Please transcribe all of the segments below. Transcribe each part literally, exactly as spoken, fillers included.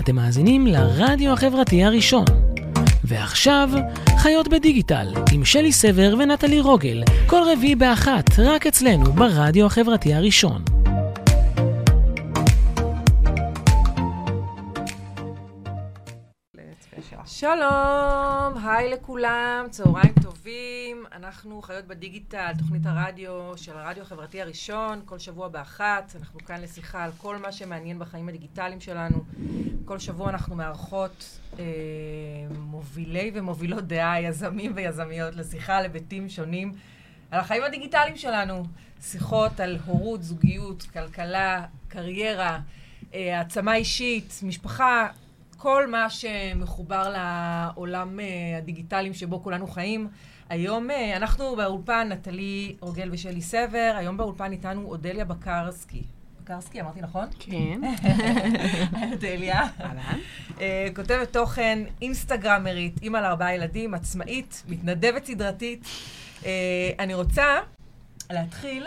אתם מאזינים לרדיו החברתי הראשון. ועכשיו, חיות בדיגיטל, עם שלי סבר ונטלי רוגל, כל רביעי באחת, רק אצלנו ברדיו החברתי הראשון. שלום, היי לכולם, צהריים טובים. אנחנו חיות בדיגיטל, תוכנית הרדיו של הרדיו החברתי הראשון, כל שבוע באחת. אנחנו כאן לשיחה על כל מה שמעניין בחיים הדיגיטליים שלנו. כל שבוע אנחנו מארחות אה, מובילי ומובילות דעה, יזמים ויזמיות, לשיחה על היבטים שונים על החיים הדיגיטליים שלנו. שיחות על הורות, זוגיות, כלכלה, קריירה, אה, העצמה אישית, משפחה, כל מה שמחובר לעולם הדיגיטליים שבו כולנו חיים. היום אנחנו באולפן, נטלי רוגל ושלי סבר, היום באולפן איתנו אודליה בקרסקי. בקרסקי, אמרתי נכון? כן. אודליה. כותבת תוכן, אינסטגרמרית, אימא לארבעה ילדים, עצמאית, מתנדבת סדרתית. אני רוצה להתחיל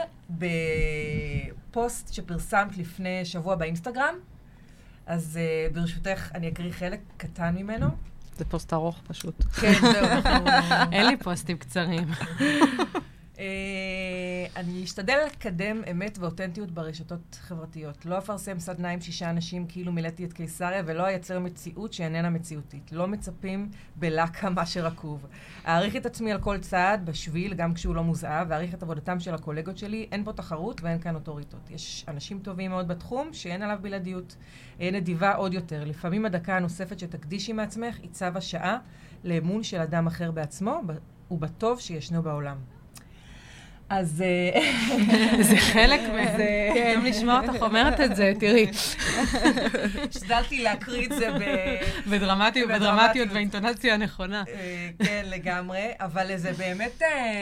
בפוסט שפרסמת לפני שבוע באינסטגרם. אז uh, ברשותך, אני אקריא חלק קטן ממנו. זה פוסט ארוך פשוט. כן, זהו. אין לי פוסטים קצרים. uh, אני אשתדל לקדם אמת ואותנטיות ברשתות חברתיות. לא אפרסם סדנה עם שישה אנשים כאילו מילאתי את קיסריה, ולא אייצר מציאות שאיננה מציאותית. לא מצפים בלקה מה שרקוב. אעריך את עצמי על כל צעד, בשביל, גם כשהוא לא מוזהב, ואעריך את עבודתם של הקולגות שלי. אין פה תחרות ואין כאן אוטוריטות. יש אנשים טובים מאוד בתחום שאין עליו בלעדיות. נדיבה עוד יותר. לפעמים הדקה הנוספת שתקדישי מעצמך היא צו השעה לאמון של אדם אחר בעצמו ובטוב שישנו בעולם. אז זה חלק מזה. כן, לשמוע אותך אומרת את זה, תראי. השתדלתי להקריא את זה בדרמטיות, בדרמטיות והאינטונציה הנכונה. כן, לגמרי, אבל זה באמת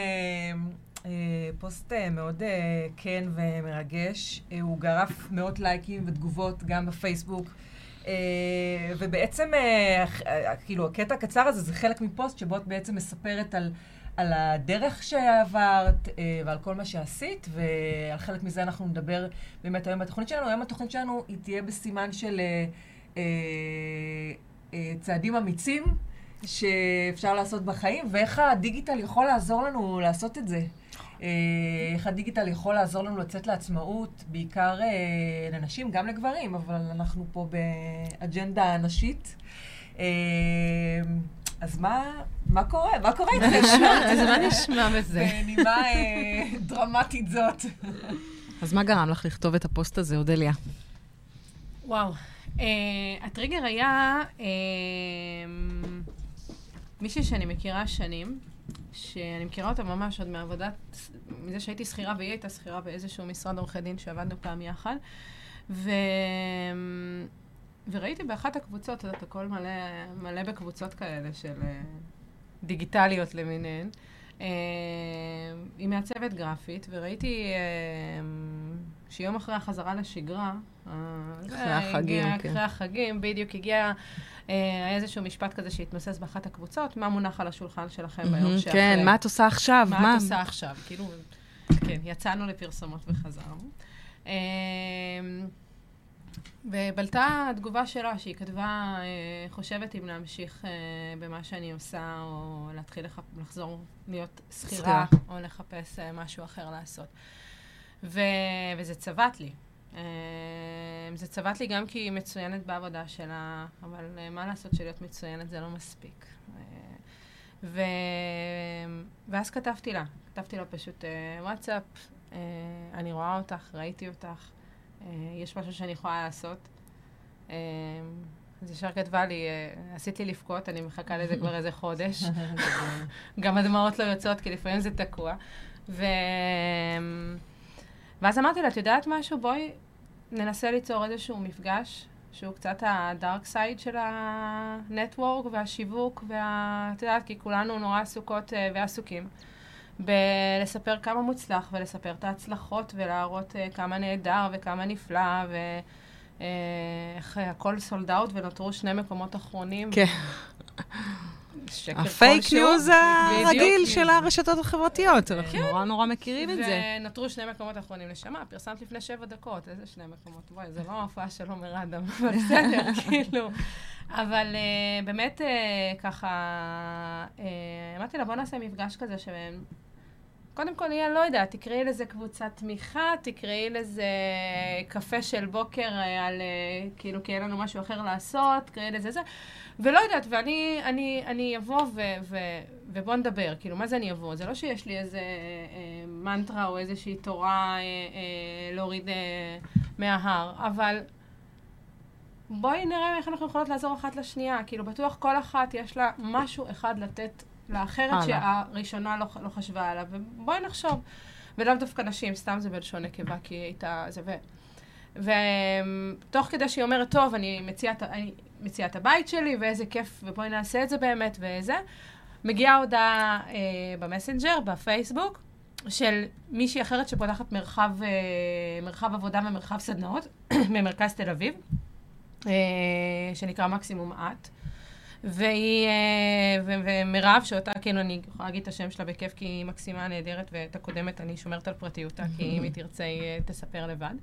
פוסט מאוד כן ומרגש. הוא גרף מאות לייקים ותגובות גם בפייסבוק. ובעצם, כאילו, הקטע הקצר הזה זה חלק מפוסט שבו את בעצם מספרת על על הדרך שעברת ועל כל מה שעשית, ועל חלק מזה אנחנו נדבר באמת היום בתוכנית שלנו. היום התוכנית שלנו היא תהיה בסימן של אה, אה, צעדים אמיצים שאפשר לעשות בחיים, ואיך הדיגיטל יכול לעזור לנו לעשות את זה. אה, איך הדיגיטל יכול לעזור לנו לצאת לעצמאות, בעיקר אה, לנשים, גם לגברים, אבל אנחנו פה באג'נדה נשית. אה, אז מה, מה קורה? מה קורה איתכם? אז מה נשמע בזה? בנימה דרמטית זאת. אז מה גרם לך לכתוב את הפוסט הזה, אודליה? וואו. הטריגר היה מישהי שאני מכירה שנים, שאני מכירה אותה ממש עוד מעבודת, מזה שהייתי שכירה, והיא הייתה שכירה באיזשהו משרד עורכי דין שעבדנו פעם יחד. ו... וראיתי באחת הקבוצות, את יודעת, הכל מלא, מלא בקבוצות כאלה של uh, דיגיטליות למיניהן. Uh, היא מעצבת גרפית, וראיתי uh, שיום אחרי החזרה לשגרה, uh, אחרי החגים, הגיע, כן. אחרי החגים, בדיוק הגיע uh, איזשהו משפט כזה שהתנוסס באחת הקבוצות, מה מונח על השולחן שלכם mm-hmm, ביום שאחרי? כן, מה את עושה עכשיו? מה, מה את עושה עכשיו? כאילו, כן, יצאנו לפרסומות וחזרנו. Uh, ובלטה התגובה שלה, שהיא כתבה, חושבת אם להמשיך במה שאני עושה, או להתחיל לח... לחזור להיות שכירה, או לחפש משהו אחר לעשות. ו... וזה צבט לי. זה צבט לי גם כי היא מצוינת בעבודה שלה, אבל מה לעשות שלהיות מצוינת זה לא מספיק. ו... ואז כתבתי לה, כתבתי לה פשוט וואטסאפ, אני רואה אותך, ראיתי אותך, יש משהו שאני יכולה לעשות. אז ישר כתבה לי, עשית לי לבכות, אני מחכה לזה כבר איזה חודש. גם הדמעות לא יוצאות, כי לפעמים זה תקוע. ו... ואז אמרתי לה, את יודעת משהו? בואי ננסה ליצור איזשהו מפגש, שהוא קצת הדארק סייד של הנטוורק והשיווק, וה... את יודעת, כי כולנו נורא עסוקות ועסוקים. בלספר כמה מוצלח, ולספר את ההצלחות, ולהראות כמה נהדר וכמה נפלא, ואיך הכל סולד אאוט, ונותרו שני מקומות אחרונים. כן. שקר הפייק ניוז הרגיל של הרשתות החברתיות. אנחנו נורא נורא מכירים את זה. ונותרו שני מקומות האחרונים לשמה. פרסמת לפני שבע דקות. איזה שני מקומות? בואי, זה לא ההופעה של עומר אדם, אבל בסדר, כאילו. אבל באמת ככה, אמרתי לה, בוא נעשה מפגש כזה שבהם, קודם כל, יהיה, לא יודע, תקראי לזה קבוצת תמיכה, תקראי לזה קפה של בוקר על, כאילו, כי אין לנו משהו אחר לעשות, תקראי לזה זה. ולא יודעת, ואני אני, אני אבוא ו, ו, ובוא נדבר. כאילו, מה זה אני אבוא? זה לא שיש לי איזה אה, מנטרה או איזושהי תורה אה, אה, להוריד אה, מההר, אבל בואי נראה איך אנחנו יכולות לעזור אחת לשנייה. כאילו, בטוח כל אחת יש לה משהו אחד לתת לאחרת שהראשונה לא, לא חשבה עליו, ובואי נחשוב. ולאו דווקא נשים, סתם זה בלשון נקבה, כי היא הייתה זה ו... ותוך כדי שהיא אומרת, טוב, אני מציעה, אני מציעה את הבית שלי, ואיזה כיף, ובואי נעשה את זה באמת, וזה, מגיעה הודעה אה, במסנג'ר, בפייסבוק, של מישהי אחרת שפותחת מרחב, אה, מרחב עבודה ומרחב סדנאות, ממרכז תל אביב, אה, שנקרא מקסימום את. והיא, ומירב, שאותה, כאילו, אני יכולה להגיד את השם שלה בכיף, כי היא מקסימה נהדרת, ואת הקודמת אני שומרת על פרטיותה, כי אם היא תרצה, היא תספר לבד.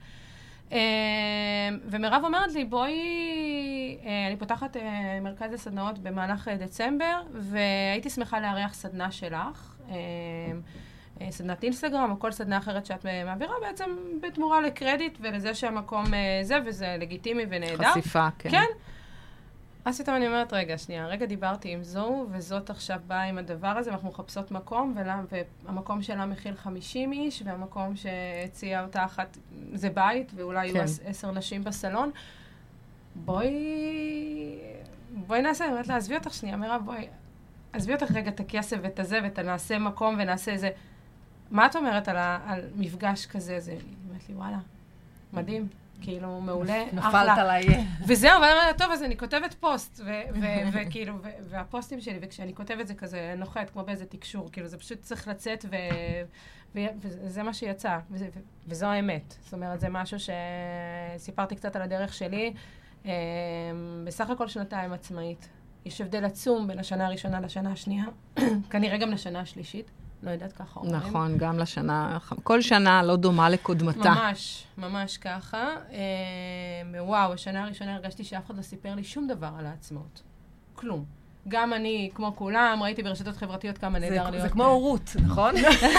ומירב אומרת לי, בואי, אני פותחת מרכז הסדנאות במהלך דצמבר, והייתי שמחה לארח סדנה שלך, סדנת אינסטגרם, או כל סדנה אחרת שאת מעבירה, בעצם בתמורה לקרדיט, ולזה שהמקום זה, וזה לגיטימי ונהדר. חשיפה, כן. כן. אז פתאום אני אומרת, רגע, שנייה, רגע דיברתי עם זו, וזאת עכשיו באה עם הדבר הזה, ואנחנו מחפשות מקום, והמקום שלה מכיל חמישים איש, והמקום שהציעה אותה אחת, זה בית, ואולי יהיו עשר נשים בסלון. בואי, בואי נעשה, אני אומרת לה, עזבי אותך שנייה, מירב, בואי, עזבי אותך רגע את הכסף ואת הזה, ואת נעשה מקום ונעשה איזה... מה את אומרת על, על מפגש כזה? זה, היא אומרת לי, וואלה, מדהים. כאילו, מעולה, אחלה. נפלת עליי. וזהו, ואני אומרת, טוב, אז אני כותבת פוסט, וכאילו, והפוסטים שלי, וכשאני כותבת זה כזה נוחת, כמו באיזה תקשור, כאילו, זה פשוט צריך לצאת, וזה מה שיצא, וזו האמת. זאת אומרת, זה משהו שסיפרתי קצת על הדרך שלי, בסך הכל שנתיים עצמאית. יש הבדל עצום בין השנה הראשונה לשנה השנייה, כנראה גם לשנה השלישית. לא יודעת ככה אומרים. נכון, גם לשנה, כל שנה לא דומה לקודמתה. ממש, ממש ככה. אה, וואו, השנה הראשונה הרגשתי שאף אחד לא סיפר לי שום דבר על העצמאות. כלום. גם אני, כמו כולם, ראיתי ברשתות חברתיות כמה נהדר להיות. זה כמו הורות, נכון?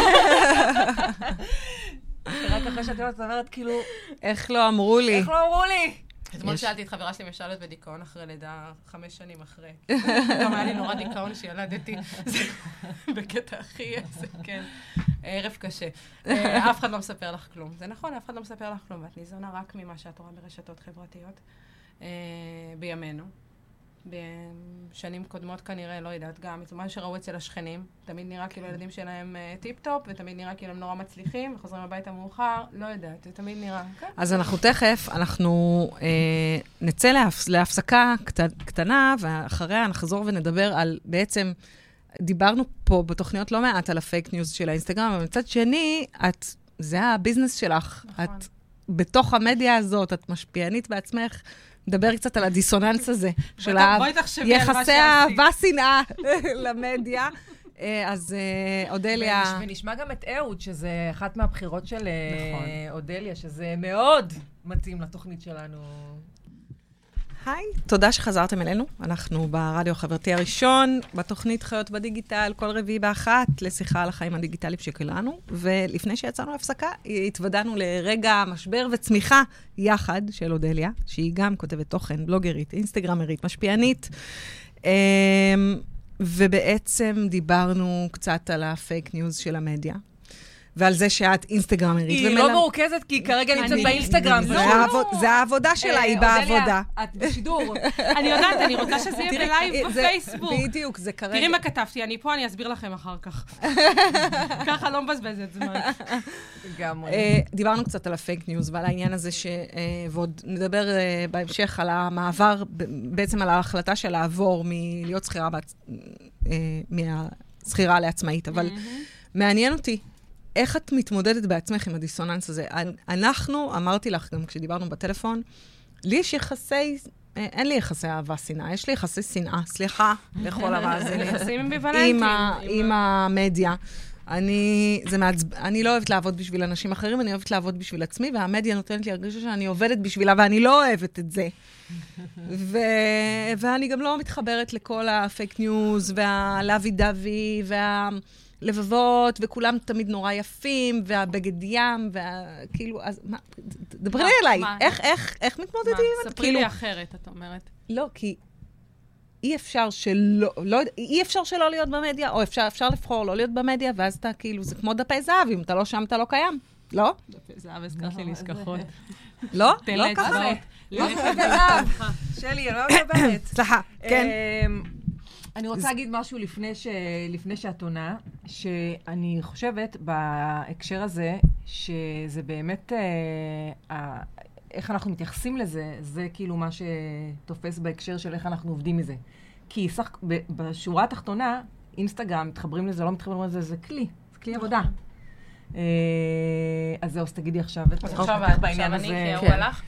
רק אחרי שאת אומרת, כאילו... איך לא אמרו לי? איך לא אמרו לי? אתמול שאלתי את חברה שלי, אפשר להיות בדיכאון אחרי לידה, חמש שנים אחרי. גם היה לי נורא דיכאון שילדתי. בקטע הכי איזה, כן. ערב קשה. אף אחד לא מספר לך כלום. זה נכון, אף אחד לא מספר לך כלום, ואת ניזונה רק ממה שאת רואה ברשתות חברתיות. בימינו. בשנים קודמות כנראה, לא יודעת, גם מה שראו אצל השכנים, תמיד נראה כאילו הילדים שלהם טיפ-טופ, ותמיד נראה כאילו הם נורא מצליחים, וחוזרים הביתה מאוחר, לא יודעת, זה תמיד נראה. אז אנחנו תכף, אנחנו אה, נצא להפס, להפסקה קט, קטנה, ואחריה נחזור ונדבר על, בעצם, דיברנו פה בתוכניות לא מעט על הפייק ניוז של האינסטגרם, אבל מצד שני, את, זה הביזנס שלך, נכון. את בתוך המדיה הזאת, את משפיענית בעצמך, נדבר קצת על הדיסוננס הזה, של יחסי אהבה שנאה למדיה. אז אודליה... ונשמע גם את אהוד, שזה אחת מהבחירות של אודליה, שזה מאוד מתאים לתוכנית שלנו. היי, תודה שחזרתם אלינו. אנחנו ברדיו החברתי הראשון, בתוכנית חיות בדיגיטל, כל רביעי באחת, לשיחה על החיים הדיגיטליים שכולנו. ולפני שיצאנו להפסקה, התוודענו לרגע משבר וצמיחה יחד של אודליה, שהיא גם כותבת תוכן, בלוגרית, אינסטגרמרית, משפיענית. ובעצם דיברנו קצת על הפייק ניוז של המדיה. ועל זה שאת אינסטגרמרית. היא לא מורכזת, כי כרגע נמצאת באינסטגרם. זה העבודה שלה, היא בעבודה. את בשידור. אני יודעת, אני רוצה שזה יהיה בלייב בפייסבוק. בדיוק, זה כרגע... תראי מה כתבתי, אני פה, אני אסביר לכם אחר כך. ככה לא מבזבזת זמן. גם. דיברנו קצת על הפייק ניוז ועל העניין הזה, ועוד נדבר בהמשך על המעבר, בעצם על ההחלטה של לעבור מלהיות שכירה, מהשכירה לעצמאית, אבל מעניין אותי, איך את מתמודדת בעצמך עם הדיסוננס הזה? אנחנו, אמרתי לך גם כשדיברנו בטלפון, לי יש יחסי אין לי יחסי אהבה שנאה, יש לי יחסי שנאה, סליחה, לכל המאזינים. יחסים אמביוולנטיים. עם המדיה. אני, זה מעצב... אני לא אוהבת לעבוד בשביל אנשים אחרים, אני אוהבת לעבוד בשביל עצמי, והמדיה נותנת לי הרגישה שאני עובדת בשבילה, ואני לא אוהבת את זה. ו... ואני גם לא מתחברת לכל הפייק ניוז, והלוי דווי, והלבבות, וכולם תמיד נורא יפים, והבגד ים, וכאילו, אז מה, דברי אליי, איך, איך, איך מתמודדים? מה, ספרי לי אחרת, את אומרת. לא, כי... אי אפשר שלא, לא, אי אפשר שלא להיות במדיה, או אפשר, אפשר לבחור לא להיות במדיה, ואז אתה כאילו, זה כמו דפי זהב, אם אתה לא שם, אתה לא קיים. לא? דפי זהב, הזכרת לי נזכחות. לא? לא ככה. לא דפי זהב. שלי, לא מדברת. סליחה, כן. אני רוצה להגיד משהו לפני שאת עונה, שאני חושבת בהקשר הזה, שזה באמת, איך אנחנו מתייחסים לזה, זה כאילו מה שתופס בהקשר של איך אנחנו עובדים מזה. כי בשורה התחתונה, אינסטגרם, מתחברים לזה, לא מתחברים לזה, זה כלי, זה כלי עבודה. אז זהו, אז תגידי עכשיו את אז עכשיו אני, כי הוא הלך.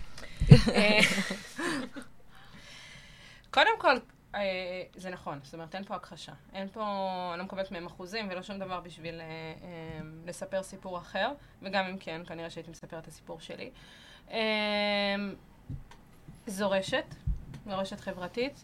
קודם כל, זה נכון, זאת אומרת, אין פה הכחשה. אין פה, אני לא מקבלת מהם אחוזים ולא שום דבר בשביל לספר סיפור אחר, וגם אם כן, כנראה שהייתי מספר את הסיפור שלי. זו רשת, זו רשת חברתית,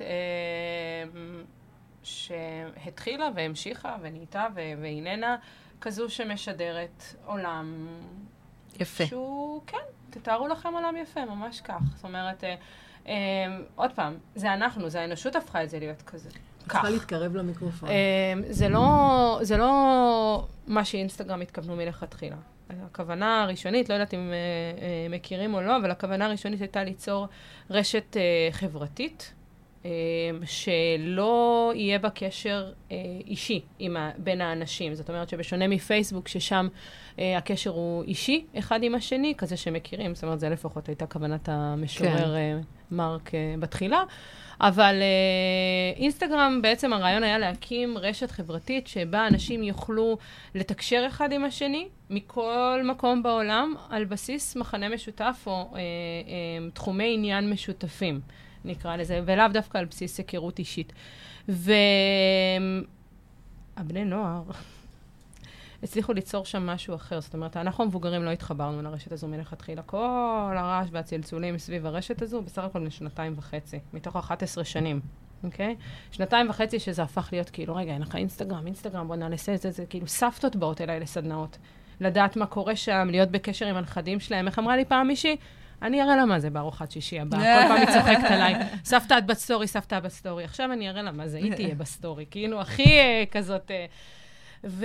שהתחילה והמשיכה ונהייתה והיננה כזו שמשדרת עולם יפה. שהוא, כן, תתארו לכם עולם יפה, ממש כך. זאת אומרת, עוד פעם, זה אנחנו, זה האנושות הפכה את זה להיות כזה. צריכה להתקרב למיקרופון. זה לא, זה לא מה שאינסטגרם התכוונו מלכתחילה. הכוונה הראשונית, לא יודעת אם uh, מכירים או לא, אבל הכוונה הראשונית הייתה ליצור רשת uh, חברתית, uh, שלא יהיה בה קשר uh, אישי עם ה- בין האנשים. זאת אומרת שבשונה מפייסבוק, ששם uh, הקשר הוא אישי אחד עם השני, כזה שמכירים, זאת אומרת, זה לפחות הייתה כוונת המשורר כן. uh, מרק uh, בתחילה. אבל uh, אינסטגרם, בעצם הרעיון היה להקים רשת חברתית שבה אנשים יוכלו לתקשר אחד עם השני מכל מקום בעולם על בסיס מחנה משותף או uh, uh, תחומי עניין משותפים, נקרא לזה, ולאו דווקא על בסיס היכרות אישית. והבני נוער הצליחו ליצור שם משהו אחר. זאת אומרת, אנחנו המבוגרים לא התחברנו לרשת הזו מלכתחילה. כל הרעש והצלצולים סביב הרשת הזו, בסך הכל לשנתיים וחצי, מתוך אחת עשרה שנים, אוקיי? שנתיים וחצי שזה הפך להיות כאילו, רגע, אין לך אינסטגרם, אינסטגרם, בוא נעשה את זה, זה כאילו סבתות באות אליי לסדנאות. לדעת מה קורה שם, להיות בקשר עם הנכדים שלהם. איך אמרה לי פעם מישהי? אני אראה לה מה זה בארוחת שישי הבאה. כל פעם היא צוחקת עליי. סבתא את בסטורי, סבתא את בסטורי. עכשיו אני אראה לה מה זה, היא תהיה בסטורי. כאילו, הכי כזאת... ו...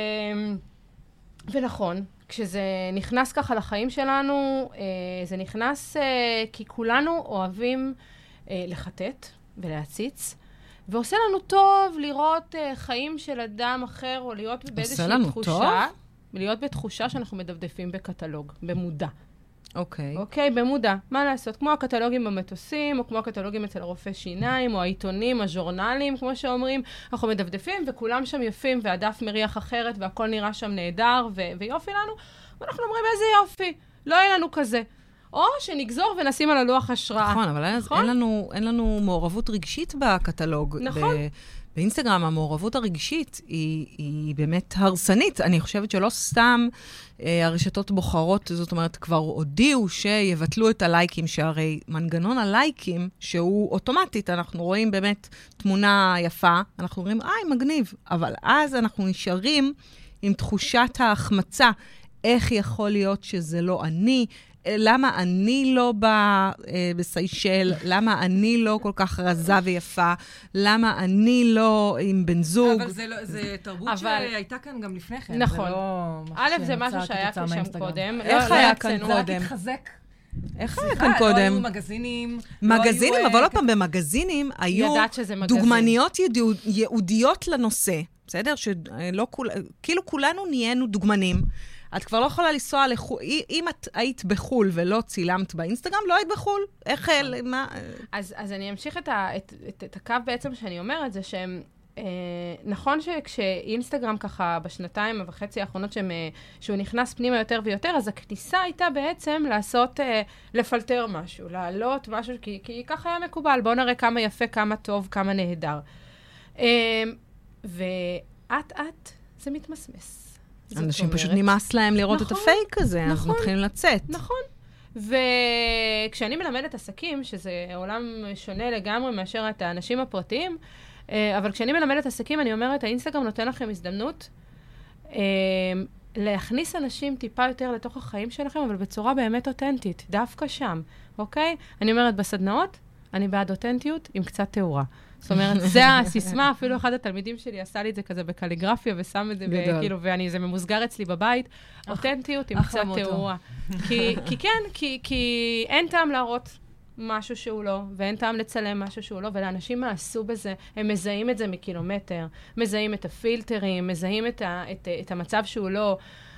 ונכון, כשזה נכנס ככה לחיים שלנו, זה נכנס כי כולנו אוהבים לחטט ולהציץ, ועושה לנו טוב לראות חיים של אדם אחר, או להיות באיזושהי תחושה, טוב? להיות בתחושה שאנחנו מדפדפים בקטלוג, במודע. אוקיי. אוקיי, במודע. מה לעשות? כמו הקטלוגים במטוסים, או כמו הקטלוגים אצל הרופא שיניים, או העיתונים, הז'ורנלים, כמו שאומרים, אנחנו מדפדפים, וכולם שם יפים, והדף מריח אחרת, והכל נראה שם נהדר, ו- ויופי לנו, ואנחנו אומרים, איזה יופי, לא יהיה לנו כזה. או שנגזור ונשים על הלוח השראה. נכון, אבל נכון? אין, לנו, אין לנו מעורבות רגשית בקטלוג. נכון. ב- באינסטגרם המעורבות הרגשית היא, היא באמת הרסנית. אני חושבת שלא סתם אה, הרשתות בוחרות, זאת אומרת, כבר הודיעו שיבטלו את הלייקים, שהרי מנגנון הלייקים, שהוא אוטומטית, אנחנו רואים באמת תמונה יפה, אנחנו אומרים, איי, מגניב. אבל אז אנחנו נשארים עם תחושת ההחמצה, איך יכול להיות שזה לא אני, למה אני לא באה אה, בסיישל, למה אני לא כל כך רזה ויפה, למה אני לא עם בן זוג. אבל זה, לא, זה תרבות אבל... שהייתה כאן גם לפני כן. נכון. זה לא א', זה משהו שהיה כאן שם קודם. איך לא, היה לא כאן זה קודם? רק התחזק. איך היה כאן קודם? לא היו מגזינים. מגזינים, לא אבל עוד פעם, במגזינים היו דוגמניות ייעודיות לנושא. בסדר? שלא כול... כאילו כולנו נהיינו דוגמנים. את כבר לא יכולה לנסוע לחול, אם את היית בחול ולא צילמת באינסטגרם, לא היית בחול. איך, מה... אז, אז אני אמשיך את, ה, את, את, את הקו בעצם שאני אומרת, זה שהם נכון שכשאינסטגרם ככה בשנתיים וחצי האחרונות שהם, שהוא נכנס פנימה יותר ויותר, אז הכניסה הייתה בעצם לעשות, לפלטר משהו, לעלות משהו, כי, כי ככה היה מקובל. בואו נראה כמה יפה, כמה טוב, כמה נהדר. ואט אט זה מתמסמס. אנשים פשוט נמאס להם לראות את הפייק הזה, אז מתחילים לצאת. נכון. וכשאני מלמדת עסקים, שזה עולם שונה לגמרי מאשר את האנשים הפרטיים, אבל כשאני מלמדת עסקים, אני אומרת, האינסטגרם נותן לכם הזדמנות להכניס אנשים טיפה יותר לתוך החיים שלכם, אבל בצורה באמת אותנטית, דווקא שם, אוקיי? אני אומרת, בסדנאות, אני בעד אותנטיות עם קצת תאורה. זאת אומרת, זה הסיסמה, אפילו אחד התלמידים שלי עשה לי את זה כזה בקליגרפיה, ושם את זה, וכאילו, ואני, זה ממוסגר אצלי בבית, אותנטיות עם קצת תאורה. כי כן, כי אין טעם להראות משהו שהוא לא, ואין טעם לצלם משהו שהוא לא, ולאנשים מעשו בזה, הם מזהים את זה מקילומטר, מזהים את הפילטרים, מזהים את, ה, את, את המצב שהוא לא.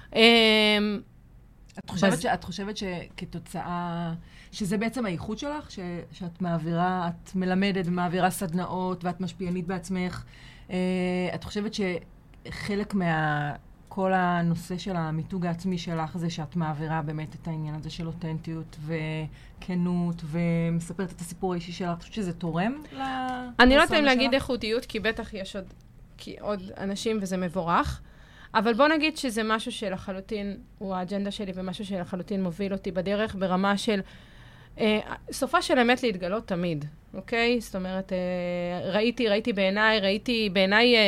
את חושבת, ש, את חושבת שכתוצאה, שזה בעצם הייחוד שלך, ש, שאת מעבירה, את מלמדת ומעבירה סדנאות, ואת משפיענית בעצמך, את חושבת שחלק מה... כל הנושא של המיתוג העצמי שלך זה שאת מעבירה באמת את העניין הזה של אותנטיות וכנות ומספרת את הסיפור האישי שלך. את חושבת שזה תורם לפרסונה שלך? אני לא יודעת אם להגיד איכותיות, כי בטח יש עוד, כי עוד אנשים וזה מבורך, אבל בוא נגיד שזה משהו שלחלוטין הוא האג'נדה שלי ומשהו שלחלוטין מוביל אותי בדרך ברמה של אה, סופה של אמת להתגלות תמיד, אוקיי? זאת אומרת, אה, ראיתי, ראיתי בעיניי, ראיתי בעיניי אה,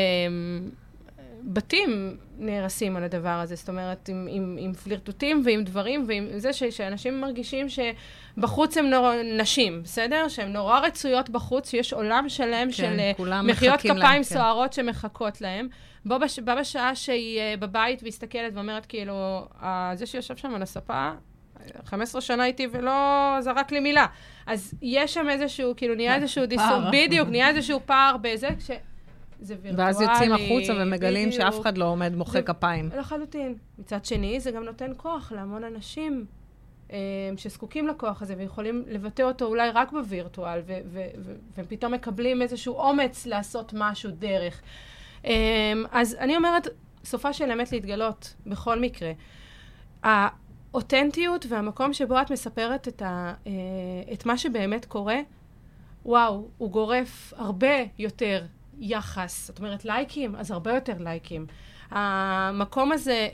בתים נהרסים על הדבר הזה, זאת אומרת, עם, עם, עם פלירטוטים ועם דברים, ועם זה ש, שאנשים מרגישים שבחוץ הם נורא, נשים, בסדר? שהן נורא רצויות בחוץ, שיש עולם שלם כן, של מחיאות כפיים להם, סוערות כן. שמחכות להם. בוא בש, בא בשעה שהיא uh, בבית והסתכלת ואומרת, כאילו, uh, זה שיושב שם על הספה, חמש עשרה שנה איתי ולא זרק לי מילה. אז יש שם איזשהו, כאילו, נהיה איזשהו דיסור, בדיוק, נהיה איזשהו פער בזה, כש... זה וירטואלי. ואז יוצאים החוצה ומגלים בדיוק. שאף אחד לא עומד מוחא כפיים. לחלוטין. מצד שני, זה גם נותן כוח להמון אנשים אה, שזקוקים לכוח הזה, ויכולים לבטא אותו אולי רק בווירטואל, ו- ו- ו- ופתאום מקבלים איזשהו אומץ לעשות משהו דרך. אה, אז אני אומרת, סופה של אמת להתגלות, בכל מקרה. האותנטיות והמקום שבו את מספרת את, ה- אה, את מה שבאמת קורה, וואו, הוא גורף הרבה יותר יחס, זאת אומרת לייקים, אז הרבה יותר לייקים. המקום הזה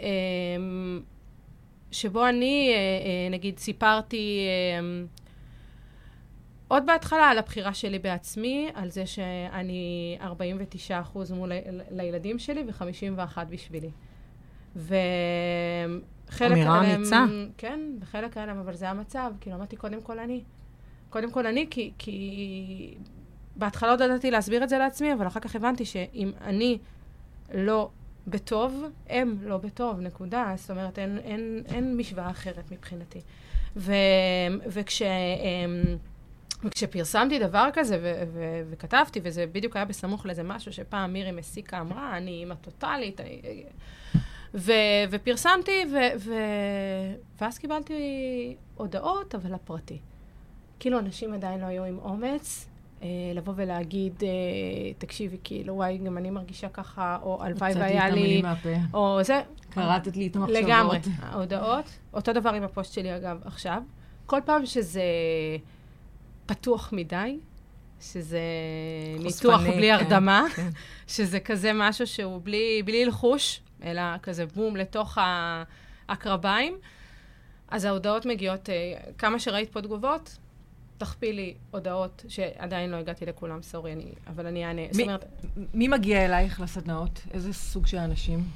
שבו אני, נגיד, סיפרתי עוד בהתחלה על הבחירה שלי בעצמי, על זה שאני ארבעים ותשעה אחוז מול לילדים שלי ו-חמישים ואחת בשבילי. וחלק אמירה אמיצה. כן, בחלק עליהם, אבל זה המצב, כי לא אמרתי קודם כל אני. קודם כל אני, כי... כי בהתחלה עוד ידעתי להסביר את זה לעצמי, אבל אחר כך הבנתי שאם אני לא בטוב, הם לא בטוב, נקודה. זאת אומרת, אין, אין, אין משוואה אחרת מבחינתי. ו, וכש, וכשפרסמתי דבר כזה ו, ו, וכתבתי, וזה בדיוק היה בסמוך לזה משהו שפעם מירי מסיקה אמרה, אני אימא טוטלית, ו, ופרסמתי, ו, ו, ואז קיבלתי הודעות, אבל הפרטי. כאילו אנשים עדיין לא היו עם אומץ, לבוא ולהגיד, תקשיבי, כאילו, וואי, גם אני מרגישה ככה, או הלוואי והיה לי, או זה. קראת לי את המחשבות. לגמרי. ההודעות, אותו דבר עם הפוסט שלי, אגב, עכשיו. כל פעם שזה פתוח מדי, שזה ניתוח בלי הרדמה, שזה כזה משהו שהוא בלי לחוש, אלא כזה בום לתוך הקרביים, אז ההודעות מגיעות, כמה שראית פה תגובות, תכפילי הודעות שעדיין לא הגעתי לכולם, סורי, אני, אבל אני אענה. מי, אומרת, מי מגיע אלייך לסדנאות? איזה סוג של אנשים?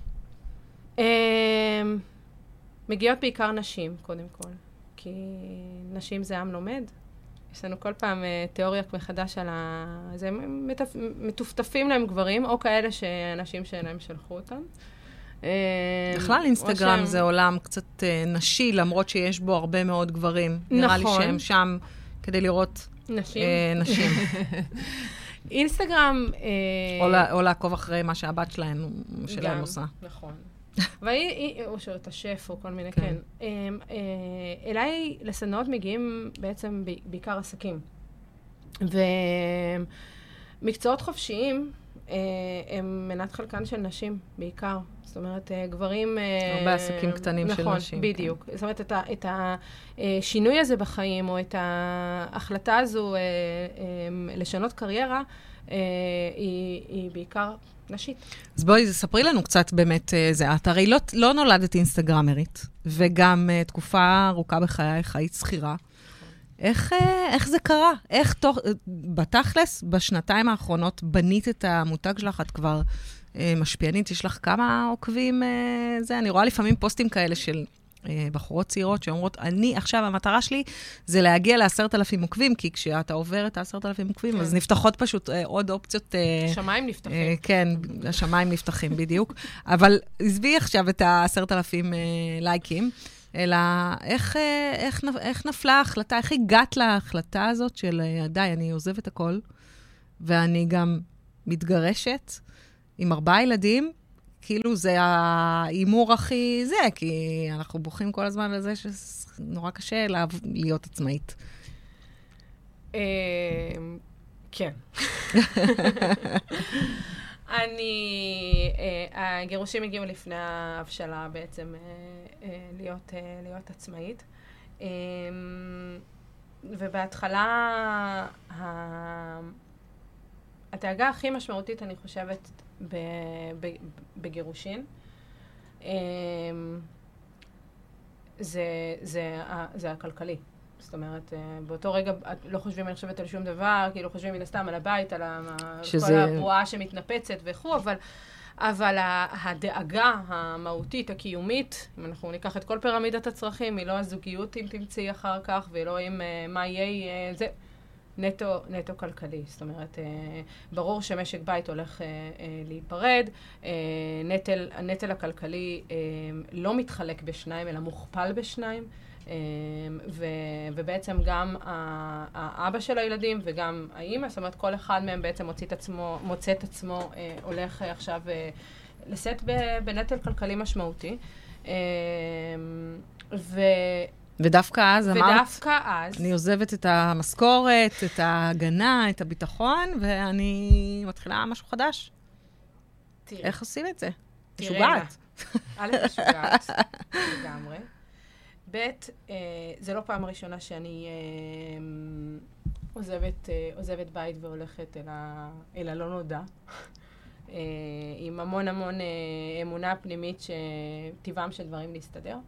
מגיעות בעיקר נשים, קודם כל. כי נשים זה עם לומד. יש לנו כל פעם תיאוריה מחדש על ה... זה מטפ... מטופטפים להם גברים, או כאלה שאנשים שאינם שלחו אותם. בכלל אינסטגרם זה עולם קצת נשי, למרות שיש בו הרבה מאוד גברים. נראה לי שהם שם כדי לראות נשים. אינסטגרם... או לעקוב אחרי מה שהבת שלהם עושה. נכון. או שאת השף או כל מיני, כן. אליי לסדנאות מגיעים בעצם בעיקר עסקים. ומקצועות חופשיים, הם מנת חלקן של נשים, בעיקר. זאת אומרת, גברים... הרבה עסקים קטנים של נשים. נכון, בדיוק. זאת אומרת, את השינוי הזה בחיים, או את ההחלטה הזו לשנות קריירה, היא בעיקר נשית. אז בואי, ספרי לנו קצת באמת זה. את הרי לא נולדת אינסטגרמרית, וגם תקופה ארוכה בחייך, היית שכירה. איך, איך זה קרה? איך תוך, בתכלס, בשנתיים האחרונות, בנית את המותג שלך, את כבר אה, משפיענית, יש לך כמה עוקבים, אה, זה, אני רואה לפעמים פוסטים כאלה של אה, בחורות צעירות שאומרות, אני, עכשיו, המטרה שלי זה להגיע לעשרת אלפים עוקבים, כי כשאתה עובר את העשרת אלפים עוקבים, כן. אז נפתחות פשוט אה, עוד אופציות. אה, שמיים נפתחים. אה, כן, השמיים נפתחים בדיוק. אבל עזבי עכשיו את העשרת אלפים אה, לייקים, אלא איך, איך, איך נפלה ההחלטה, איך הגעת להחלטה הזאת של די, אני עוזבת הכל, ואני גם מתגרשת עם ארבעה ילדים, כאילו זה האימור הכי זה, כי אנחנו בוכים כל הזמן על זה שנורא קשה להיות עצמאית. כן. אני, הגירושים הגיעו לפני ההבשלה בעצם להיות, להיות עצמאית. ובהתחלה, הדאגה הכי משמעותית, אני חושבת, בגירושין, זה, זה, זה הכלכלי. זאת אומרת, באותו רגע לא חושבים, אני חושבת, על שום דבר, כאילו חושבים מן הסתם על הבית, על שזה... כל הבועה שמתנפצת וכו', אבל, אבל הדאגה המהותית, הקיומית, אם אנחנו ניקח את כל פירמידת הצרכים, היא לא הזוגיות אם תמצאי אחר כך, ולא עם מה יהיה, זה נטו, נטו כלכלי. זאת אומרת, ברור שמשק בית הולך להיפרד, נטל, הנטל הכלכלי לא מתחלק בשניים, אלא מוכפל בשניים, ו, ובעצם גם האבא של הילדים וגם האמא, זאת אומרת, כל אחד מהם בעצם מוצא את עצמו, מוצא את עצמו, הולך עכשיו לשאת בנטל כלכלי משמעותי. ו... ודווקא אז אמרת, ודווקא אז, אני עוזבת את המשכורת, את ההגנה, את הביטחון, ואני מתחילה משהו חדש. תראי. איך עושים את זה? משוגעת. א', משוגעת, לגמרי. ב', זה לא פעם ראשונה שאני עוזבת, עוזבת בית והולכת אל הלא נודע, עם המון המון אמונה פנימית שטבעם של דברים להסתדר.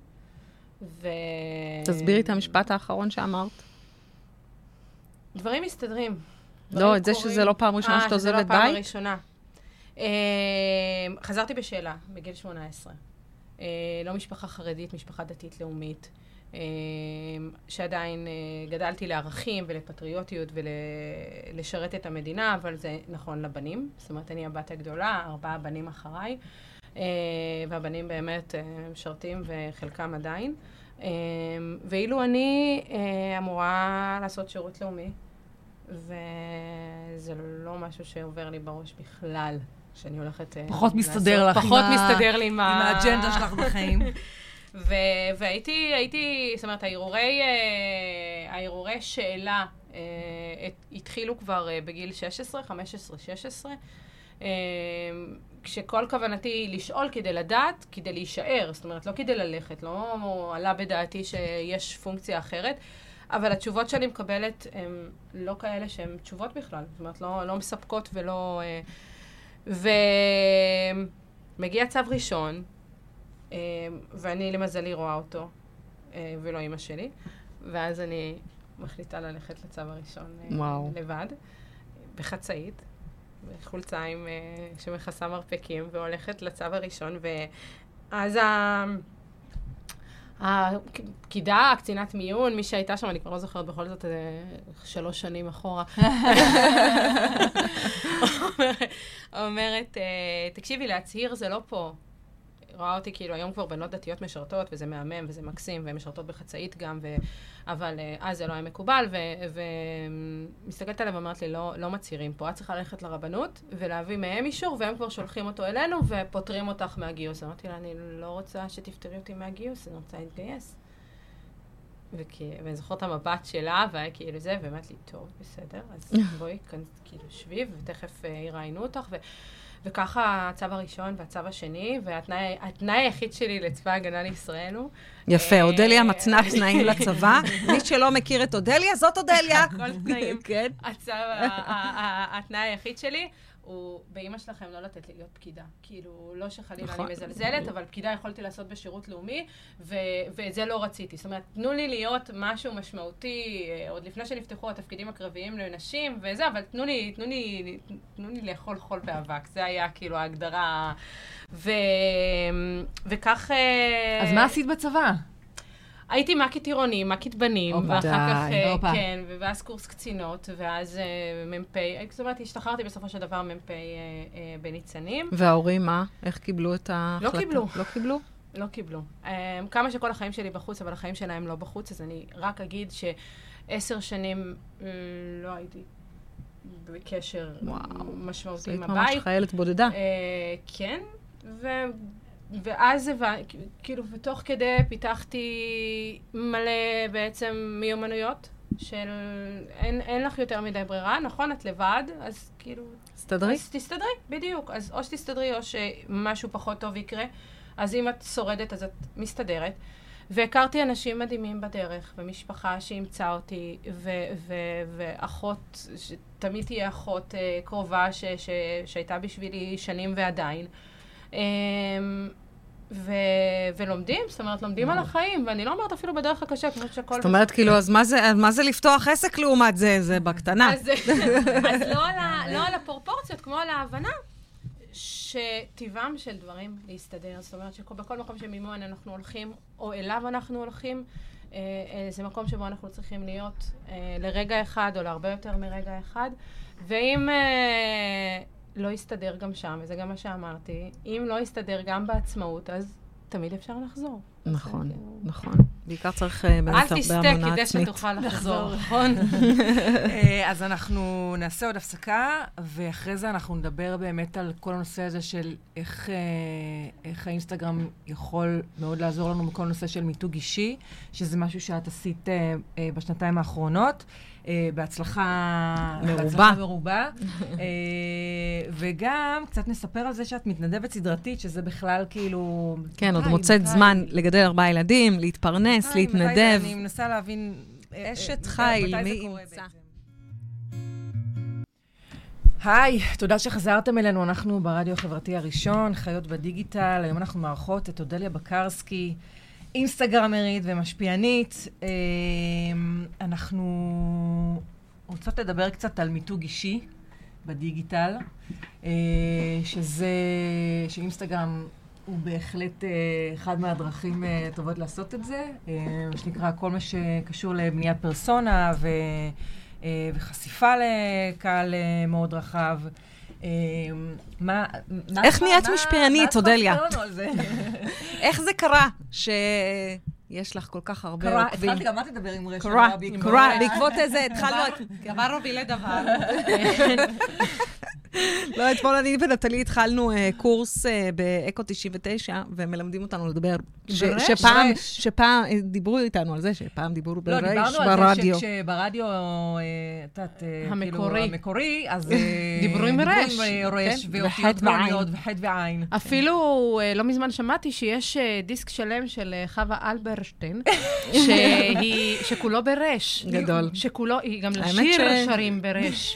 תסבירי את המשפט האחרון שאמרת. דברים מסתדרים. לא, את זה שזה לא פעם ראשונה שאתה עוזבת בית? אה, שזה לא פעם ראשונה. חזרתי בשאלה, בגיל שמונה עשרה. לא משפחה חרדית, משפחה דתית-לאומית, שעדיין גדלתי לערכים ולפטריוטיות ולשרת את המדינה, אבל זה נכון לבנים. זאת אומרת, אני הבת הגדולה, ארבעה בנים אחריי, והבנים באמת משרתים וחלקם עדיין. ואילו אני אמורה לעשות שירות לאומי, וזה לא משהו שעובר לי בראש בכלל. שאני הולכת... פחות מסתדר לך. פחות מסתדר לי עם האג'נדה שלך בחיים. והייתי, הייתי, זאת אומרת, ההרהורי שאלה התחילו כבר בגיל שש עשרה, חמש עשרה, שש עשרה, כשכל כוונתי לשאול כדי לדעת, כדי להישאר, זאת אומרת, לא כדי ללכת, לא עלה בדעתי שיש פונקציה אחרת, אבל התשובות שאני מקבלת הן לא כאלה שהן תשובות בכלל, זאת אומרת, לא, לא מספקות ולא... ומגיע צו ראשון, ואני למזלי רואה אותו, ולא אמא שלי, ואז אני מחליטה ללכת לצו הראשון וואו. לבד, בחצאית, בחולצה עם שמכסה מרפקים, והולכת לצו הראשון, ואז ה... הפקידה, קצינת מיון, מי שהייתה שם, אני כבר לא זוכרת בכל זאת, שלוש שנים אחורה, אומרת, תקשיבי, להצהיר זה לא פה. רואה אותי כאילו היום כבר בנות דתיות משרתות, וזה מהמם וזה מקסים, והן משרתות בחצאית גם, ו... אבל אז זה לא היה מקובל, ומסתכלת עליו ואומרת לי, לא, לא מצהירים פה, את צריכה ללכת לרבנות, ולהביא מהם אישור, והם כבר שולחים אותו אלינו, ופותרים אותך מהגיוס. אמרתי לה, אני לא רוצה שתפתרי אותי מהגיוס, אני רוצה להתגייס. ואני זוכרת את המבט שלה, והיה כאילו זה, ואמרת לי, טוב, בסדר, אז בואי, כאילו, שבי, ותכף יראיינו אותך, וככה הצו הראשון והצו השני, והתנאי היחיד שלי לצבא ההגנה לישראל הוא... יפה, אודליה מצנה תנאים לצבא. מי שלא מכיר את אודליה, זאת אודליה. כל תנאים. התנאי היחיד שלי הוא באמא שלכם לא לתת לי להיות פקידה. כאילו, לא שחלילה אני מזלזלת, אבל פקידה יכולתי לעשות בשירות לאומי, ואת זה לא רציתי. זאת אומרת, תנו לי להיות משהו משמעותי, עוד לפני שנפתחו התפקידים הקרביים לנשים וזה, אבל תנו לי, תנו לי, תנו לי לאכול חול באבק. זה היה כאילו ההגדרה. וכך... אז מה עשית בצבא? הייתי מקית עירוני, מקית בנים, ואחר כך, כן, ואז קורס קצינות, ואז מ"פ, זאת אומרת, השתחררתי בסופו של דבר מ"פ בניצנים. וההורים, מה? איך קיבלו את ההחלטה? לא קיבלו. לא קיבלו? לא קיבלו. כמה שכל החיים שלי בחוץ, אבל החיים שלהם לא בחוץ, אז אני רק אגיד שעשר שנים לא הייתי בקשר משמעותי עם הבית. היית ממש חיילת בודדה. כן, ו... ואז, כאילו, ותוך כדי פיתחתי מלא בעצם מיומנויות של אין, אין לך יותר מדי ברירה, נכון? את לבד, אז כאילו... תסתדרי? אז תסתדרי, בדיוק. אז או שתסתדרי או שמשהו פחות טוב יקרה. אז אם את שורדת, אז את מסתדרת. והכרתי אנשים מדהימים בדרך, ומשפחה שאימצה אותי, ו- ו- ואחות, תמיד תהיה אחות uh, קרובה ש- ש- שהייתה בשבילי שנים ועדיין. ו- ולומדים, זאת אומרת, לומדים על החיים, ואני לא אומרת אפילו בדרך הקשה, כמו שהכל... זאת אומרת, כאילו, אז מה זה לפתוח עסק לעומת זה? זה בקטנה. אז לא על הפרופורציות, כמו על ההבנה, שטבעם של דברים להסתדר. זאת אומרת, שבכל מקום שממנו אנחנו הולכים, או אליו אנחנו הולכים, זה מקום שבו אנחנו צריכים להיות לרגע אחד, או להרבה יותר מרגע אחד. ואם... לא יסתדר גם שם, וזה גם מה שאמרתי. אם לא יסתדר גם בעצמאות, אז תמיד אפשר לחזור. נכון, נכון. בעיקר צריך באמת הרבה אמונה עצמית. אל תסתה כדי שתוכל לחזור, נכון? אז אנחנו נעשה עוד הפסקה, ואחרי זה אנחנו נדבר באמת על כל הנושא הזה של איך, איך האינסטגרם יכול מאוד לעזור לנו בכל נושא של מיתוג אישי, שזה משהו שאת עשית בשנתיים האחרונות. בהצלחה מרובה. מרובה. וגם קצת נספר על זה שאת מתנדבת סדרתית, שזה בכלל כאילו... כן, עוד מוצאת זמן לגדל ארבעה ילדים, להתפרנס, להתנדב. אני מנסה להבין... אשת חיל, מי ימצא. היי, תודה שחזרתם אלינו. אנחנו ברדיו החברתי הראשון, חיות בדיגיטל. היום אנחנו מארחות את אודליה בקרסקי, אינסטגרמרית ומשפיענית. אנחנו רוצות לדבר קצת על מיתוג אישי בדיגיטל, שזה, שאינסטגרם הוא בהחלט אחד מהדרכים טובות לעשות את זה, מה שנקרא כל מה שקשור לבניית פרסונה ו, וחשיפה לקהל מאוד רחב. מה, איך נהיית משפיענית, אודליה? מה את מספר לנו על זה? איך זה קרה שיש לך כל כך הרבה קרה, עוקבים? התחלתי גם את לדבר עם רשת. קרה, קרה, בעקבות איזה, התחלנו... דבר הוביל לדבר. לא, אתמול אני ונטלי התחלנו קורס באקו תשעים ותשע, ומלמדים אותנו לדבר. שפעם, שפעם דיברו איתנו על זה, שפעם דיברו ברש, ברדיו. לא, דיברנו על זה שברדיו, המקורי, המקורי, אז דיברו עם רש. רש, ואותיות גאוניות, וחד ועין. אפילו לא מזמן שמעתי שיש דיסק שלם של חווה אלברשטיין, שכולו ברש. גדול. שכולו, היא גם לשיר שרים ברש.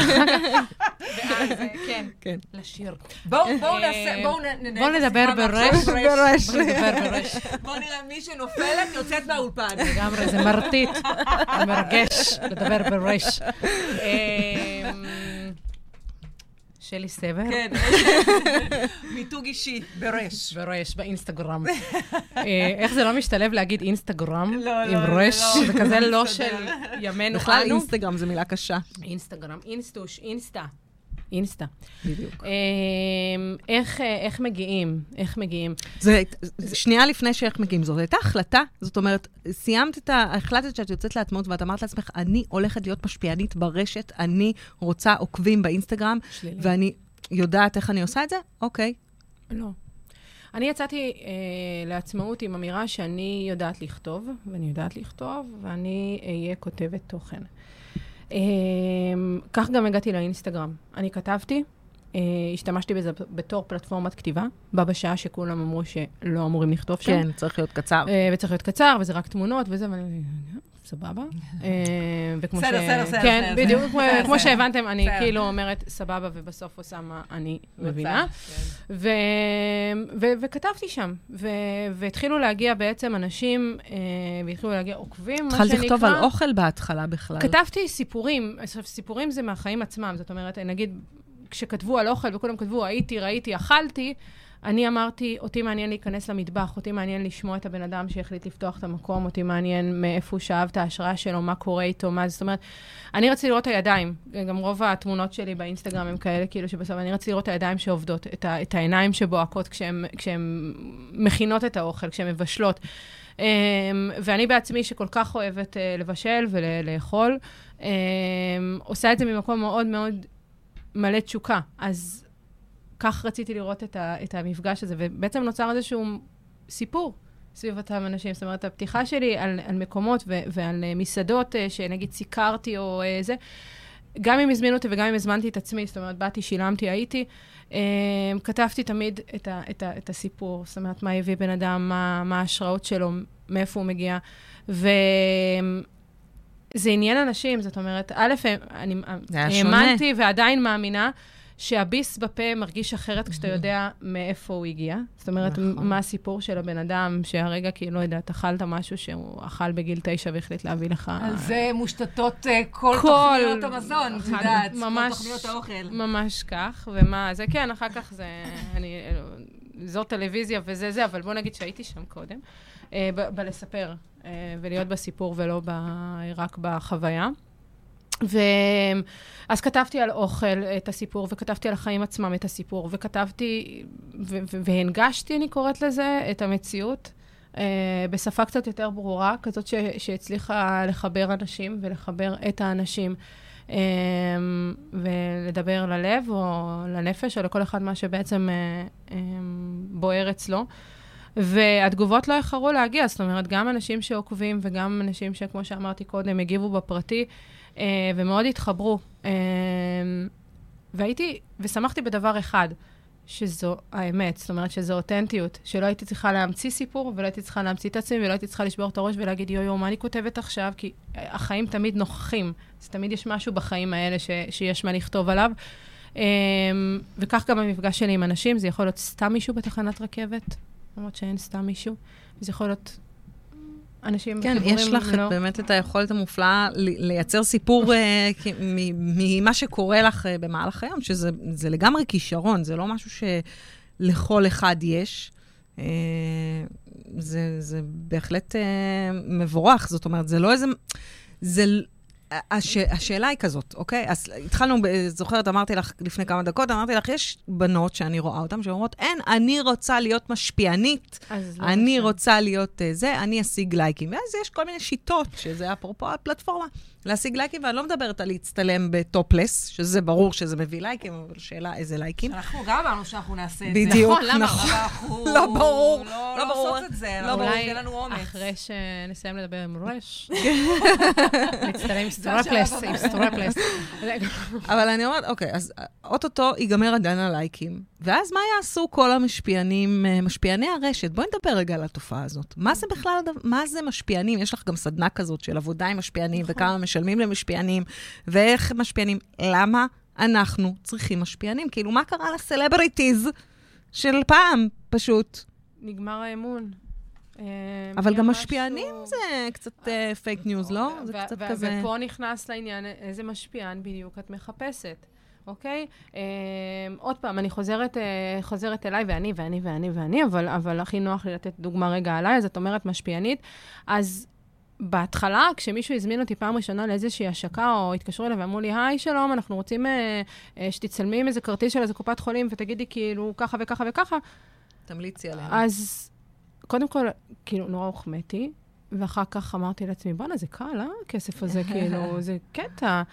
ואז, כן, כן. לשיר. בואו נעשה, בואו ננהל. בואו נדבר ברש. ברש. בואו נדבר ברש. בואו נראה מי שנופלת יוצאת מהאולפן. לגמרי, זה מרטיט, זה מרגש לדבר ברש. שלי סבר. כן, מיתוג אישי, ברש. ברש, באינסטגרם. איך זה לא משתלב להגיד אינסטגרם עם רש? זה כזה לא של ימינו. בכלל אינסטגרם זה מילה קשה. אינסטגרם, אינסטוש, אינסטה. אינסטה. בדיוק. איך, איך מגיעים? איך מגיעים? זה, שנייה לפני שאיך מגיעים, זאת הייתה החלטה, זאת אומרת, סיימת את ה... החלטת שאת יוצאת לעצמות, ואת אמרת לעצמך, אני הולכת להיות משפיענית ברשת, אני רוצה עוקבים באינסטגרם, ואני יודעת איך אני עושה את זה? אוקיי. לא. אני יצאתי אה, לעצמאות עם אמירה שאני יודעת לכתוב, ואני יודעת לכתוב, ואני אהיה כותבת תוכן. אה, כך גם הגעתי לאינסטגרם. אני כתבתי, אה, השתמשתי בזה בתור פלטפורמת כתיבה, בה בשעה שכולם אמרו שלא אמורים לכתוב שם. כן, צריך להיות קצר. אה, וצריך להיות קצר, וזה רק תמונות וזה, ואני... סבבה. וכמו ש... בסדר, בסדר, בסדר. כן, בדיוק, כמו שהבנתם, אני כאילו אומרת סבבה, ובסוף עושה מה אני מבינה. וכתבתי שם, והתחילו להגיע בעצם אנשים, והתחילו להגיע עוקבים, מה שנקרא. התחלת לכתוב על אוכל בהתחלה בכלל. כתבתי סיפורים, סיפורים זה מהחיים עצמם, זאת אומרת, נגיד, כשכתבו על אוכל, וכולם כתבו, הייתי, ראיתי, אכלתי, אני אמרתי, אותי מעניין להיכנס למטבח, אותי מעניין לשמוע את הבן אדם שהחליט לפתוח את המקום, אותי מעניין מאיפה הוא שאב את ההשראה שלו, מה קורה איתו, מה זאת אומרת, אני רציתי לראות את הידיים, גם רוב התמונות שלי באינסטגרם הם כאלה, כאילו שבסוף אני רציתי לראות את הידיים שעובדות, את, ה, את העיניים שבועקות כשהם, כשהם מכינות את האוכל, כשהם מבשלות. ואני בעצמי שכל כך אוהבת לבשל ולאכול, עושה את זה ממקום מאוד מאוד מלא תשוקה, אז כך רציתי לראות את, ה, את המפגש הזה, ובעצם נוצר איזשהו סיפור סביב אותם אנשים. זאת אומרת, הפתיחה שלי על, על מקומות ו, ועל מסעדות שנגיד סיקרתי או זה, גם אם הזמינו אותי וגם אם הזמנתי את עצמי, זאת אומרת, באתי, שילמתי, הייתי, כתבתי תמיד את, ה, את, ה, את הסיפור, זאת אומרת, מה הביא בן אדם, מה, מה ההשראות שלו, מאיפה הוא מגיע, וזה עניין אנשים, זאת אומרת, א', אני האמנתי ועדיין מאמינה, שהביס בפה מרגיש אחרת כשאתה יודע מאיפה הוא הגיע. זאת אומרת, מה הסיפור של הבן אדם, שהרגע, כי לא יודע, אכלת משהו שהוא אכל בגיל תשע והחליט להביא לך... על זה מושתתות כל תוכניות המזון, את יודעת, כל תוכניות האוכל. ממש כך, ומה, זה כן, אחר כך זה... זו טלוויזיה וזה זה, אבל בוא נגיד שהייתי שם קודם, בלספר ולהיות בסיפור ולא רק בחוויה. ואז כתבתי על אוכל את הסיפור, וכתבתי על החיים עצמם את הסיפור, וכתבתי, והנגשתי, אני קוראת לזה, את המציאות, בשפה קצת יותר ברורה, כזאת שהצליחה לחבר אנשים, ולחבר את האנשים, ולדבר ללב, או לנפש, או לכל אחד מה שבעצם בוער אצלו. והתגובות לא יכרו להגיע, זאת אומרת, גם אנשים שעוקבים, וגם אנשים שכמו שאמרתי קודם, הגיבו בפרטי, Uh, ומאוד התחברו. Uh, והייתי, ושמחתי בדבר אחד, שזו האמת, זאת אומרת שזו אותנטיות, שלא הייתי צריכה להמציא סיפור, ולא הייתי צריכה להמציא את עצמי, ולא הייתי צריכה לשבור את הראש ולהגיד, יו, יו, מה אני כותבת עכשיו? כי החיים תמיד נוכחים. אז תמיד יש משהו בחיים האלה ש, שיש מה לכתוב עליו. Um, וכך גם המפגש שלי עם אנשים, זה יכול להיות סתם מישהו בתחנת רכבת, למרות שאין סתם מישהו, זה יכול להיות... אנשים כן, יש לך לא. באמת את היכולת המופלאה לייצר סיפור ממה שקורה לך במהלך היום, שזה לגמרי כישרון, זה לא משהו שלכל אחד יש. זה, זה בהחלט מבורך, זאת אומרת, זה לא איזה... זה... הש... השאלה היא כזאת, אוקיי? אז התחלנו, זוכרת, אמרתי לך לפני כמה דקות, אמרתי לך, יש בנות שאני רואה אותן, שאומרות, אין, אני רוצה להיות משפיענית, אני רוצה להיות זה, אני אשיג לייקים. ואז יש כל מיני שיטות, שזה אפרופו הפלטפורמה, להשיג לייקים, ואני לא מדברת על להצטלם בטופלס, שזה ברור שזה מביא לייקים, אבל שאלה איזה לייקים. אנחנו גם אמרנו שאנחנו נעשה את זה. בדיוק, נכון. לא ברור, לא לעשות את זה, לא ברור, יהיה לנו אומץ. אחרי שנסיים לדבר עם רש, להצטלם עם סטורפלס, עם סטורפלס. אבל אני אומרת, אוקיי, אז אוטוטו ייגמר עדיין הלייקים, ואז מה יעשו כל המשפיענים, משפיעני הרשת? בואי נדבר רגע על התופעה הזאת. מה זה בכלל, מה זה משפיענים? יש לך גם סדנה כזאת של עבודה עם משפיענים, וכמה משלמים למשפיענים, ואיך משפיענים. למה אנחנו צריכים משפיענים? כאילו, מה קרה לסלבריטיז של פעם, פשוט? נגמר האמון. אבל גם משפיענים זה קצת פייק ניוז, לא? זה קצת כזה... ופה נכנס לעניין איזה משפיען בדיוק את מחפשת. אוקיי? עוד פעם, אני חוזרת, חוזרת אליי, ואני, ואני, ואני, ואני, אבל, אבל הכי נוח לי לתת דוגמה רגע עליי, אז את אומרת משפיענית, אז בהתחלה, כשמישהו הזמין אותי פעם ראשונה לאיזושהי השקה, או התקשרו אליי ואמרו לי, היי, שלום, אנחנו רוצים שתצלמי עם איזה כרטיס של איזה קופת חולים, ותגידי כאילו ככה וככה וככה. תמליצי עליהם. אז קודם כל, כאילו, נורא הוחמאתי, ואחר כך אמרתי לעצמי, בוא'נה, זה קל, אה? הכסף הזה, כאילו, זה קטע.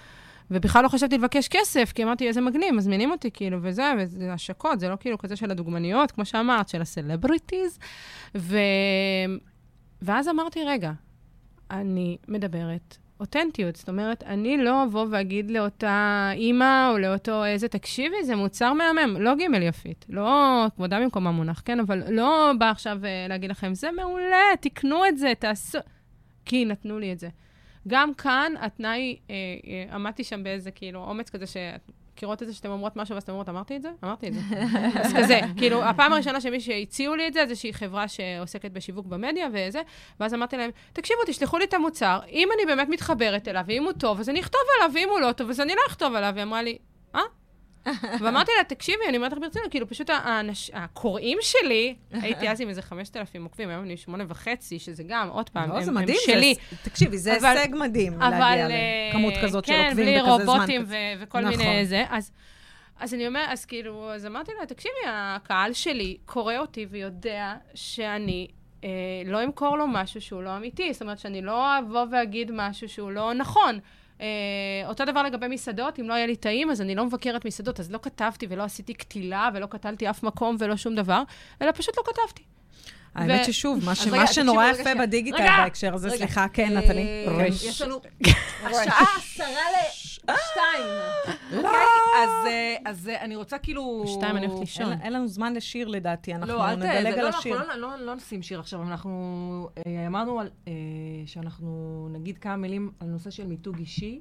ובכלל לא חשבתי לבקש כסף, כי אמרתי, איזה מגניב, מזמינים אותי, כאילו, וזה, וזה השקות, זה לא כאילו כזה של הדוגמניות, כמו שאמרת, של הסלבריטיז. ו... ואז אמרתי, רגע, אני מדברת אותנטיות, זאת אומרת, אני לא אבוא ואגיד לאותה אימא או לאותו איזה, תקשיבי, זה מוצר מהמם, לא גימל יפית, לא כבודה במקום המונח, כן, אבל לא בא עכשיו להגיד לכם, זה מעולה, תקנו את זה, תעשו, כי נתנו לי את זה. גם כאן, התנאי, אה, אה, עמדתי שם באיזה, כאילו, אומץ כזה שכירות את זה שאתם אומרות משהו, ואז אתם אומרות, אמרתי את זה? אמרתי את זה. אז כזה, כאילו, הפעם הראשונה שמי שהציעו לי את זה, זה שהיא חברה שעוסקת בשיווק במדיה וזה, ואז אמרתי להם, תקשיבו, תשלחו לי את המוצר, אם אני באמת מתחברת אליו, ואם הוא טוב, אז אני אכתוב עליו, ואם הוא לא טוב, אז אני לא אכתוב עליו, והיא אמרה לי, אה? ואמרתי לה, תקשיבי, אני אומרת לך ברצינות, כאילו פשוט האנש, הקוראים שלי, הייתי אז עם איזה חמשת אלפים עוקבים, היום אני שמונה וחצי, שזה גם, עוד פעם, לא, הם, זה הם מדהים, שלי. זה, תקשיבי, זה אבל, הישג מדהים אבל, להגיע לכמות כזאת של עוקבים בכזה זמן. כן, בלי רובוטים ו- וכל נכון. מיני זה. אז, אז אני אומרת, אז כאילו, אז אמרתי לה, תקשיבי, הקהל שלי קורא אותי ויודע שאני אה, לא אמכור לו משהו שהוא לא אמיתי, זאת אומרת שאני לא אבוא ואגיד משהו שהוא לא נכון. Uh, אותו דבר לגבי מסעדות, אם לא היה לי טעים, אז אני לא מבקרת מסעדות, אז לא כתבתי ולא עשיתי כתילה ולא קטלתי אף מקום ולא שום דבר, אלא פשוט לא כתבתי. האמת ששוב, מה שנורא יפה בדיגיטל בהקשר הזה, סליחה, כן, נתני. יש לנו השעה עשרה לשתיים. אוקיי, אז אני רוצה כאילו... שתיים, אני הולכת לישון. אין לנו זמן לשיר לדעתי, אנחנו נדלג על השיר. לא נשים שיר עכשיו, אנחנו אמרנו שאנחנו נגיד כמה מילים על נושא של מיתוג אישי.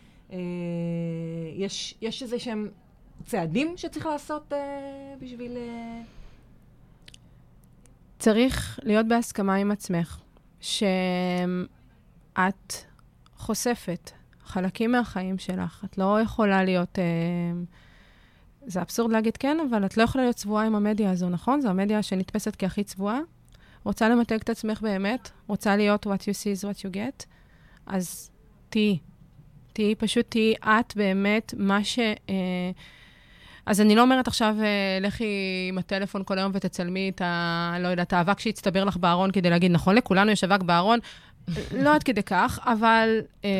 יש איזה שהם צעדים שצריך לעשות בשביל... צריך להיות בהסכמה עם עצמך, שאת חושפת חלקים מהחיים שלך. את לא יכולה להיות... זה אבסורד להגיד כן, אבל את לא יכולה להיות צבועה עם המדיה הזו, נכון? זו המדיה שנתפסת כהכי צבועה. רוצה למתג את עצמך באמת, רוצה להיות what you see is what you get, אז תהי. תהי, פשוט תהי את באמת מה ש... אז אני לא אומרת עכשיו, לכי עם הטלפון כל היום ותצלמי את ה... לא יודעת, האבק שהצטבר לך בארון כדי להגיד, נכון, לכולנו יש אבק בארון, לא עד כדי כך, אבל,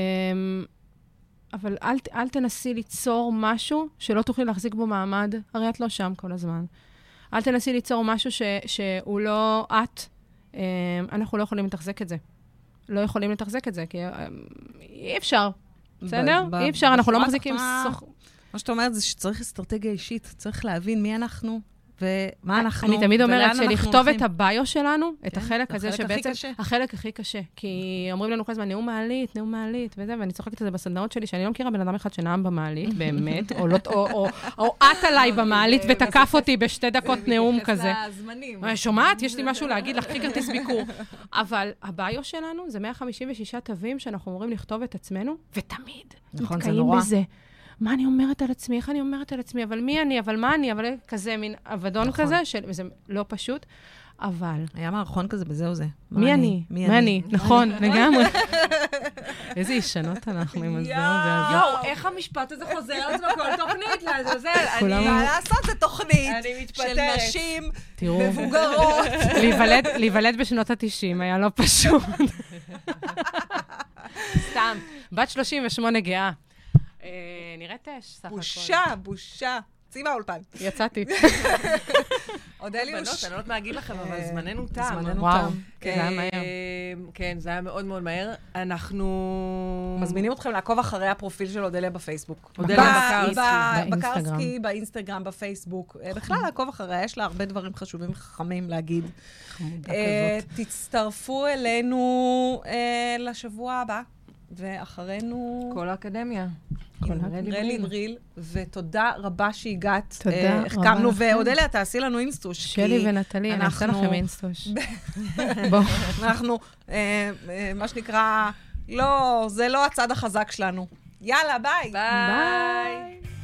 אבל אל, אל תנסי ליצור משהו שלא תוכלי להחזיק בו מעמד, הרי את לא שם כל הזמן. אל תנסי ליצור משהו ש, שהוא לא את, אנחנו לא יכולים לתחזק את זה. לא יכולים לתחזק את זה, כי אי אפשר, בסדר? אי אפשר, אנחנו לא מחזיקים... מה שאתה אומרת זה שצריך אסטרטגיה אישית, צריך להבין מי אנחנו ומה אנחנו, אני תמיד אומרת שלכתוב את הביו שלנו, את החלק הזה שבעצם, החלק הכי קשה, כי אומרים לנו כל הזמן, נאום מעלית, נאום מעלית, וזה, ואני צוחקת את זה בסדנאות שלי, שאני לא מכירה בן אדם אחד שנאם במעלית, באמת, או את עליי במעלית, ותקף אותי בשתי דקות נאום כזה. שומעת? יש לי משהו להגיד לך, קחי כרטיס ביקור. אבל הביו שלנו זה מאה חמישים ושישה תווים שאנחנו אמורים לכתוב את עצמנו, ותמיד נתקעים בזה. מה אני אומרת על עצמי, איך אני אומרת על עצמי, אבל מי אני, אבל מה אני, אבל כזה, מין אבדון נכון. כזה, של, וזה לא פשוט, אבל... היה מערכון כזה, בזהו זה. מי אני? מי אני? אני? נכון, לגמרי. איזה ישנות אנחנו עם הזהו והזה. יואו, איך המשפט הזה חוזר על עצמו כל תוכנית לעזאזל? אני... מה לעשות, זה תוכנית של נשים מבוגרות. להיוולד בשנות ה-תשעים היה לא פשוט. סתם, בת שלושים ושמונה גאה. נראית אש, סך הכל. בושה, בושה. צאי מהאולפן. יצאתי. אודליוש. אני לא יודעת מה להגיד לכם, אבל זמננו תם. זמננו וואו, תם. זה היה מהר. כן, זה היה מאוד מאוד מהר. אנחנו... מזמינים אתכם לעקוב אחרי הפרופיל של אודליה בפייסבוק. אודליה בקרסקי. בקרסקי, באינסטגרם, בפייסבוק. בכלל, לעקוב אחריה, יש לה הרבה דברים חשובים וחכמים להגיד. תצטרפו אלינו לשבוע הבא. ואחרינו... כל האקדמיה. רלי בריל, ותודה רבה שהגעת. תודה רבה. החכמנו, ואודליה, תעשי לנו אינסטוש. שלי ונטלי, אני אעשה לכם אינסטוש. בואו. אנחנו, מה שנקרא, לא, זה לא הצד החזק שלנו. יאללה, ביי. ביי.